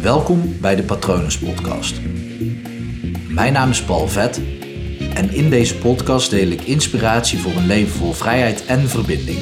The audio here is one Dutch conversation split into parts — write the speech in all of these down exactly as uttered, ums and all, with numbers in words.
Welkom bij de Patronus Podcast. Mijn naam is Paul Vet en in deze podcast deel ik inspiratie voor een leven vol vrijheid en verbinding.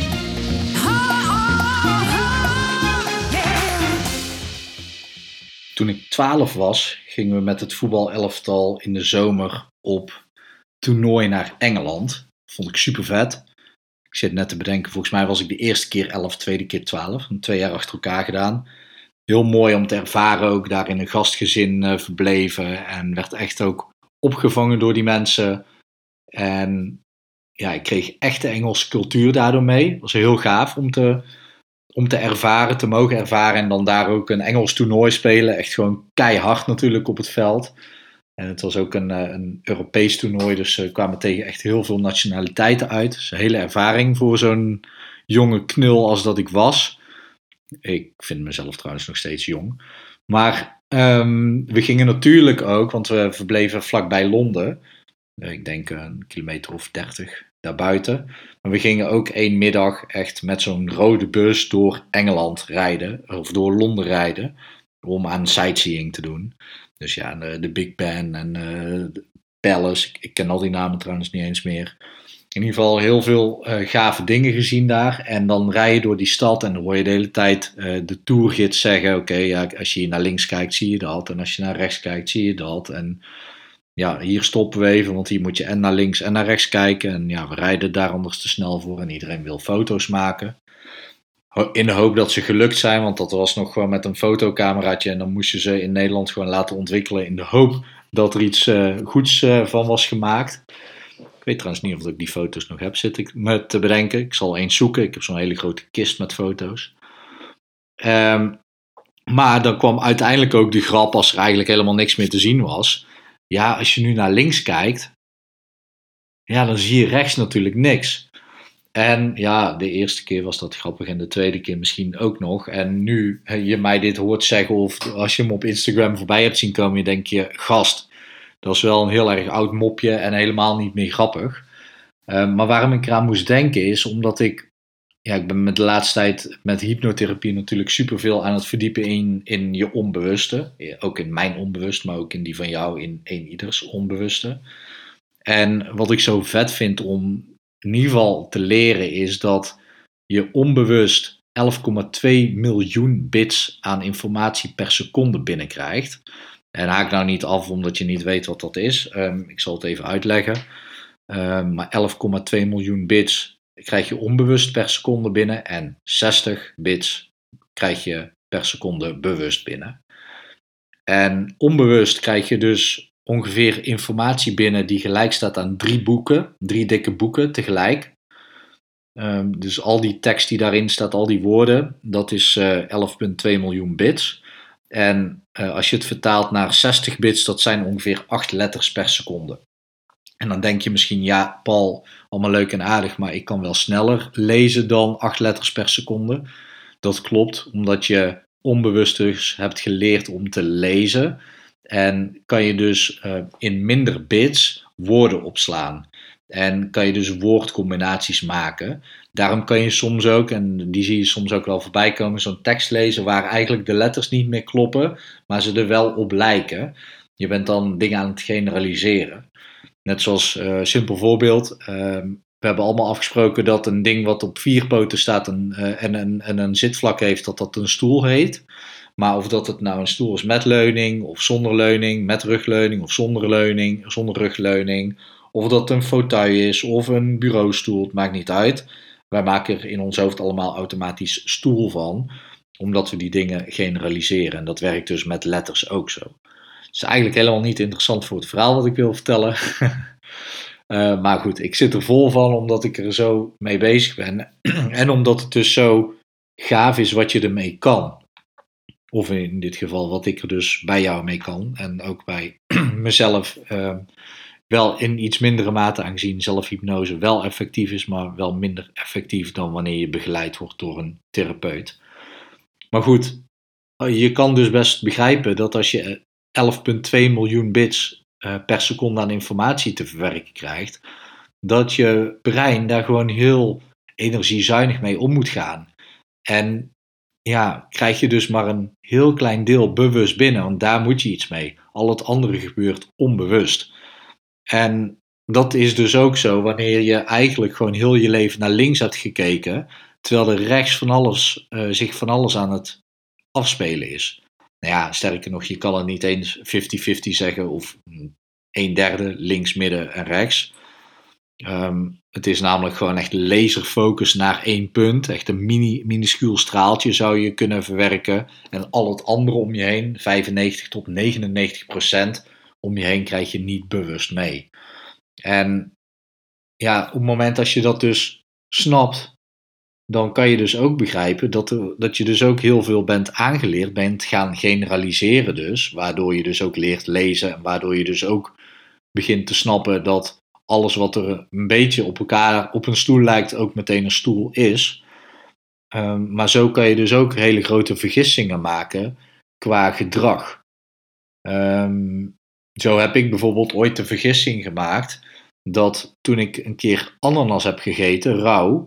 Toen ik twaalf was, gingen we met het voetbalelftal in de zomer op toernooi naar Engeland. Vond ik super vet. Ik zit net te bedenken, volgens mij was ik de eerste keer elf, tweede keer twaalf. Twee jaar achter elkaar gedaan. Heel mooi om te ervaren ook, daar in een gastgezin uh, verbleven. En werd echt ook opgevangen door die mensen. En ja, ik kreeg echt de Engelse cultuur daardoor mee. Het was heel gaaf om te, om te ervaren, te mogen ervaren. En dan daar ook een Engels toernooi spelen. Echt gewoon keihard natuurlijk op het veld. En het was ook een, een Europees toernooi, dus we kwamen tegen echt heel veel nationaliteiten uit. Dus een hele ervaring voor zo'n jonge knul als dat ik was. Ik vind mezelf trouwens nog steeds jong. Maar um, we gingen natuurlijk ook, want we verbleven vlakbij Londen. Ik denk een kilometer of dertig daarbuiten. Maar we gingen ook één middag echt met zo'n rode bus door Engeland rijden. Of door Londen rijden. Om aan sightseeing te doen. Dus ja, de, de Big Ben en uh, de Palace. Ik, ik ken al die namen trouwens niet eens meer. In ieder geval heel veel uh, gave dingen gezien daar. En dan rij je door die stad en dan hoor je de hele tijd uh, de tourgids zeggen... Oké, okay, ja, als je hier naar links kijkt zie je dat. En als je naar rechts kijkt zie je dat. En ja, hier stoppen we even, want hier moet je en naar links en naar rechts kijken. En ja, we rijden daar anders te snel voor en iedereen wil foto's maken. In de hoop dat ze gelukt zijn, want dat was nog gewoon met een fotocameraatje. En dan moest je ze in Nederland gewoon laten ontwikkelen in de hoop dat er iets uh, goeds uh, van was gemaakt. Ik weet trouwens niet of ik die foto's nog heb, zit ik me te bedenken. Ik zal eens zoeken, ik heb zo'n hele grote kist met foto's. Um, maar dan kwam uiteindelijk ook de grap als er eigenlijk helemaal niks meer te zien was. Ja, als je nu naar links kijkt, ja, dan zie je rechts natuurlijk niks. En ja, de eerste keer was dat grappig en de tweede keer misschien ook nog. En nu je mij dit hoort zeggen of als je hem op Instagram voorbij hebt zien komen, je denk je, gast, dat is wel een heel erg oud mopje en helemaal niet meer grappig. Uh, maar waarom ik eraan moest denken is omdat ik, ja, ik ben met de laatste tijd met hypnotherapie natuurlijk superveel aan het verdiepen in, in je onbewuste. Ook in mijn onbewust, maar ook in die van jou, in een ieders onbewuste. En wat ik zo vet vind om in ieder geval te leren is dat je onbewust elf komma twee miljoen bits aan informatie per seconde binnenkrijgt. En haak nou niet af omdat je niet weet wat dat is. Um, ik zal het even uitleggen. Um, maar elf komma twee miljoen bits krijg je onbewust per seconde binnen. En zestig bits krijg je per seconde bewust binnen. En onbewust krijg je dus ongeveer informatie binnen die gelijk staat aan drie boeken. Drie dikke boeken tegelijk. Um, dus al die tekst die daarin staat, al die woorden, dat is uh, elf komma twee miljoen bits. En uh, als je het vertaalt naar zestig bits, dat zijn ongeveer acht letters per seconde. En dan denk je misschien, ja Paul, allemaal leuk en aardig, maar ik kan wel sneller lezen dan acht letters per seconde. Dat klopt, omdat je onbewust dus hebt geleerd om te lezen. En kan je dus uh, in minder bits woorden opslaan. En kan je dus woordcombinaties maken. Daarom kan je soms ook, en die zie je soms ook wel voorbij komen, zo'n tekst lezen waar eigenlijk de letters niet meer kloppen, maar ze er wel op lijken. Je bent dan dingen aan het generaliseren. Net zoals, uh, simpel voorbeeld, uh, we hebben allemaal afgesproken dat een ding wat op vier poten staat en, uh, en, en, en een zitvlak heeft, dat dat een stoel heet. Maar of dat het nou een stoel is met leuning of zonder leuning, met rugleuning of zonder leuning, zonder rugleuning. Of dat een fauteuil is of een bureaustoel, het maakt niet uit. Wij maken er in ons hoofd allemaal automatisch stoel van, omdat we die dingen generaliseren. En dat werkt dus met letters ook zo. Het is eigenlijk helemaal niet interessant voor het verhaal wat ik wil vertellen. uh, maar goed, ik zit er vol van omdat ik er zo mee bezig ben. En omdat het dus zo gaaf is wat je ermee kan. Of in dit geval wat ik er dus bij jou mee kan. En ook bij mezelf uh, wel in iets mindere mate, aangezien zelfhypnose wel effectief is, maar wel minder effectief dan wanneer je begeleid wordt door een therapeut. Maar goed, je kan dus best begrijpen dat als je elf komma twee miljoen bits uh, per seconde aan informatie te verwerken krijgt, dat je brein daar gewoon heel energiezuinig mee om moet gaan. En ja, krijg je dus maar een heel klein deel bewust binnen, want daar moet je iets mee. Al het andere gebeurt onbewust. En dat is dus ook zo wanneer je eigenlijk gewoon heel je leven naar links hebt gekeken, terwijl er rechts van alles, uh, zich van alles aan het afspelen is. Nou ja, sterker nog, je kan het niet eens vijftig vijftig zeggen of een derde links, midden en rechts. Um, het is namelijk gewoon echt laserfocus naar één punt. Echt een mini, minuscuul straaltje zou je kunnen verwerken. En al het andere om je heen, vijfennegentig tot negenennegentig procent om je heen, krijg je niet bewust mee. En ja, op het moment dat je dat dus snapt, dan kan je dus ook begrijpen dat, er, dat je dus ook heel veel bent aangeleerd, bent gaan generaliseren dus. Waardoor je dus ook leert lezen en waardoor je dus ook begint te snappen dat alles wat er een beetje op elkaar op een stoel lijkt ook meteen een stoel is. Um, maar zo kan je dus ook hele grote vergissingen maken qua gedrag. Um, zo heb ik bijvoorbeeld ooit de vergissing gemaakt dat toen ik een keer ananas heb gegeten, rauw.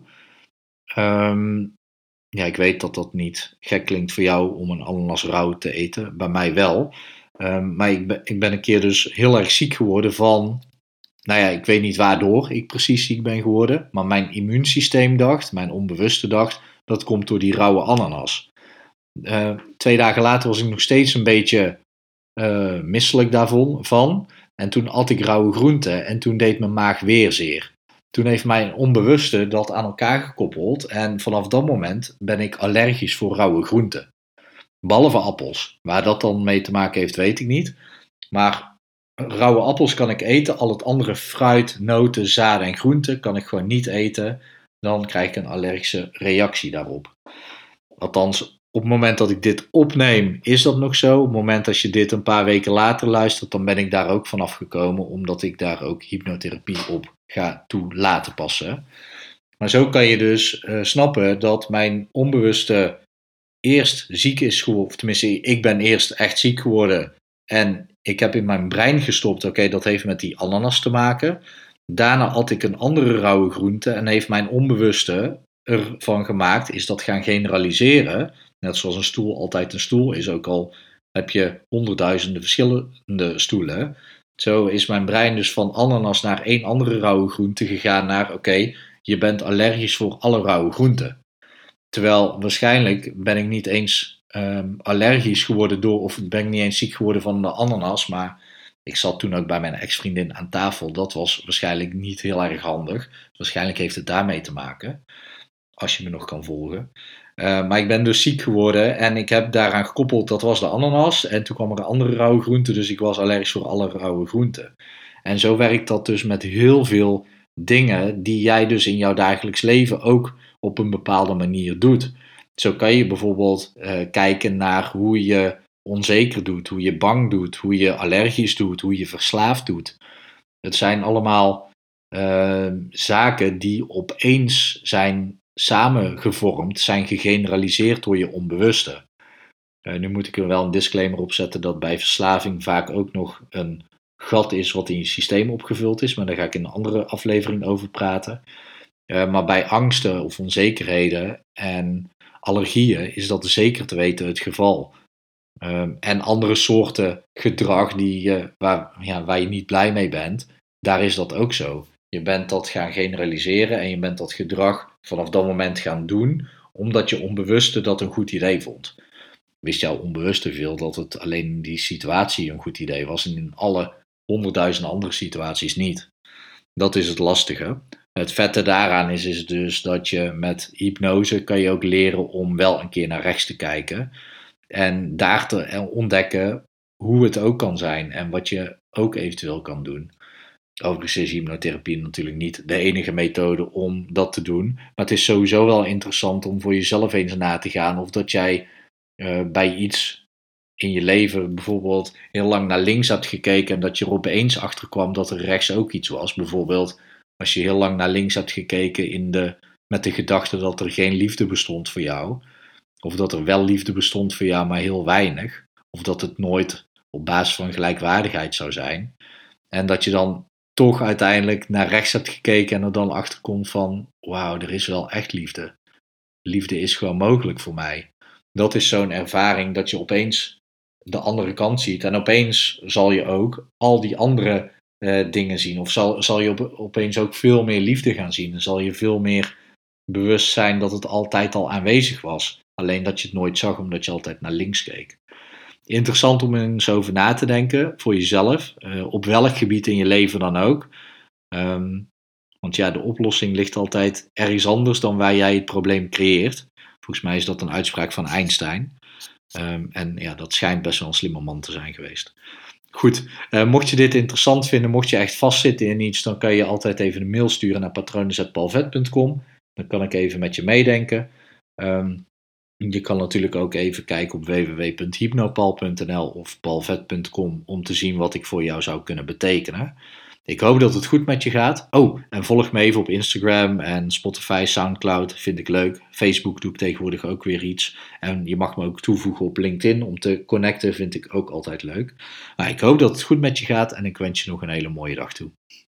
Um, ja, ik weet dat dat niet gek klinkt voor jou om een ananas rauw te eten. Bij mij wel. Um, maar ik ben, ik ben een keer dus heel erg ziek geworden van... Nou ja, ik weet niet waardoor ik precies ziek ben geworden. Maar mijn immuunsysteem dacht, mijn onbewuste dacht, dat komt door die rauwe ananas. Uh, twee dagen later was ik nog steeds een beetje uh, misselijk daarvan. En toen at ik rauwe groenten en toen deed mijn maag weer zeer. Toen heeft mijn onbewuste dat aan elkaar gekoppeld. En vanaf dat moment ben ik allergisch voor rauwe groenten. Behalve appels. Waar dat dan mee te maken heeft, weet ik niet. Maar rauwe appels kan ik eten. Al het andere fruit, noten, zaden en groenten kan ik gewoon niet eten. Dan krijg ik een allergische reactie daarop. Althans, op het moment dat ik dit opneem, is dat nog zo. Op het moment dat je dit een paar weken later luistert, dan ben ik daar ook vanaf gekomen. Omdat ik daar ook hypnotherapie op ga toe laten passen. Maar zo kan je dus uh, snappen dat mijn onbewuste eerst ziek is geworden. Of tenminste, ik ben eerst echt ziek geworden. En ik heb in mijn brein gestopt, oké, okay, dat heeft met die ananas te maken. Daarna at ik een andere rauwe groente en heeft mijn onbewuste ervan gemaakt, is dat gaan generaliseren. Net zoals een stoel altijd een stoel is, ook al heb je honderdduizenden verschillende stoelen. Zo is mijn brein dus van ananas naar één andere rauwe groente gegaan naar, oké, okay, je bent allergisch voor alle rauwe groenten. Terwijl waarschijnlijk ben ik niet eens um, allergisch geworden door, of ben ik niet eens ziek geworden van de ananas, maar ik zat toen ook bij mijn ex-vriendin aan tafel. Dat was waarschijnlijk niet heel erg handig. Waarschijnlijk heeft het daarmee te maken, als je me nog kan volgen. Uh, maar ik ben dus ziek geworden en ik heb daaraan gekoppeld, dat was de ananas. En toen kwam er een andere rauwe groente, dus ik was allergisch voor alle rauwe groenten. En zo werkt dat dus met heel veel dingen die jij dus in jouw dagelijks leven ook op een bepaalde manier doet. Zo kan je bijvoorbeeld uh, kijken naar hoe je onzeker doet, hoe je bang doet, hoe je allergisch doet, hoe je verslaafd doet. Het zijn allemaal uh, zaken die opeens zijn samengevormd, zijn gegeneraliseerd door je onbewuste. Uh, nu moet ik er wel een disclaimer op zetten dat bij verslaving vaak ook nog een gat is wat in je systeem opgevuld is, maar daar ga ik in een andere aflevering over praten. Uh, maar bij angsten of onzekerheden en allergieën is dat zeker te weten het geval. Um, en andere soorten gedrag die, uh, waar, ja, waar je niet blij mee bent, daar is dat ook zo. Je bent dat gaan generaliseren en je bent dat gedrag vanaf dat moment gaan doen, omdat je onbewuste dat een goed idee vond. Wist jouw onbewuste veel dat het alleen in die situatie een goed idee was en in alle honderdduizenden andere situaties niet. Dat is het lastige. Het vette daaraan is, is dus dat je met hypnose kan je ook leren om wel een keer naar rechts te kijken. En daar te ontdekken hoe het ook kan zijn en wat je ook eventueel kan doen. Overigens is hypnotherapie natuurlijk niet de enige methode om dat te doen. Maar het is sowieso wel interessant om voor jezelf eens na te gaan of dat jij uh, bij iets in je leven bijvoorbeeld heel lang naar links hebt gekeken en dat je er opeens achter kwam dat er rechts ook iets was. Bijvoorbeeld als je heel lang naar links hebt gekeken in de, met de gedachte dat er geen liefde bestond voor jou. Of dat er wel liefde bestond voor jou, maar heel weinig. Of dat het nooit op basis van gelijkwaardigheid zou zijn. En dat je dan toch uiteindelijk naar rechts hebt gekeken en er dan achter komt van, wauw, er is wel echt liefde. Liefde is gewoon mogelijk voor mij. dat is zo'n ervaring dat je opeens de andere kant ziet. En opeens zal je ook al die andere uh, dingen zien. Of zal, zal je op, opeens ook veel meer liefde gaan zien. En zal je veel meer bewust zijn dat het altijd al aanwezig was. Alleen dat je het nooit zag omdat je altijd naar links keek. Interessant om eens over na te denken voor jezelf. Uh, op welk gebied in je leven dan ook. Um, want ja, de oplossing ligt altijd ergens anders dan waar jij het probleem creëert. Volgens mij is dat een uitspraak van Einstein. Um, en ja, dat schijnt best wel een slimme man te zijn geweest. Goed, uh, mocht je dit interessant vinden, mocht je echt vastzitten in iets, dan kan je altijd even een mail sturen naar patronen apenstaartje paul vet punt com. Dan kan ik even met je meedenken. Um, je kan natuurlijk ook even kijken op w w w punt hypnopal punt n l of paul vet punt com om te zien wat ik voor jou zou kunnen betekenen. Ik hoop dat het goed met je gaat. Oh, en volg me even op Instagram en Spotify, Soundcloud, vind ik leuk. Facebook doe ik tegenwoordig ook weer iets. En je mag me ook toevoegen op LinkedIn om te connecten, vind ik ook altijd leuk. Maar ik hoop dat het goed met je gaat en ik wens je nog een hele mooie dag toe.